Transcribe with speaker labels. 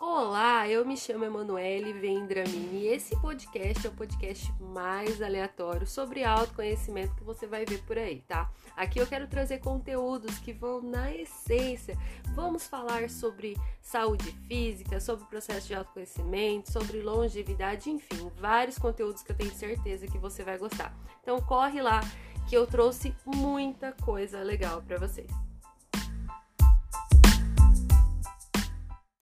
Speaker 1: Olá, eu me chamo Emanuele Vendramini e esse podcast é o podcast mais aleatório sobre autoconhecimento que você vai ver por aí, tá? Aqui eu quero trazer conteúdos que vão na essência. Vamos falar sobre saúde física, sobre o processo de autoconhecimento, sobre longevidade, enfim, vários conteúdos que eu tenho certeza que você vai gostar. Então corre lá que eu trouxe muita coisa legal para vocês.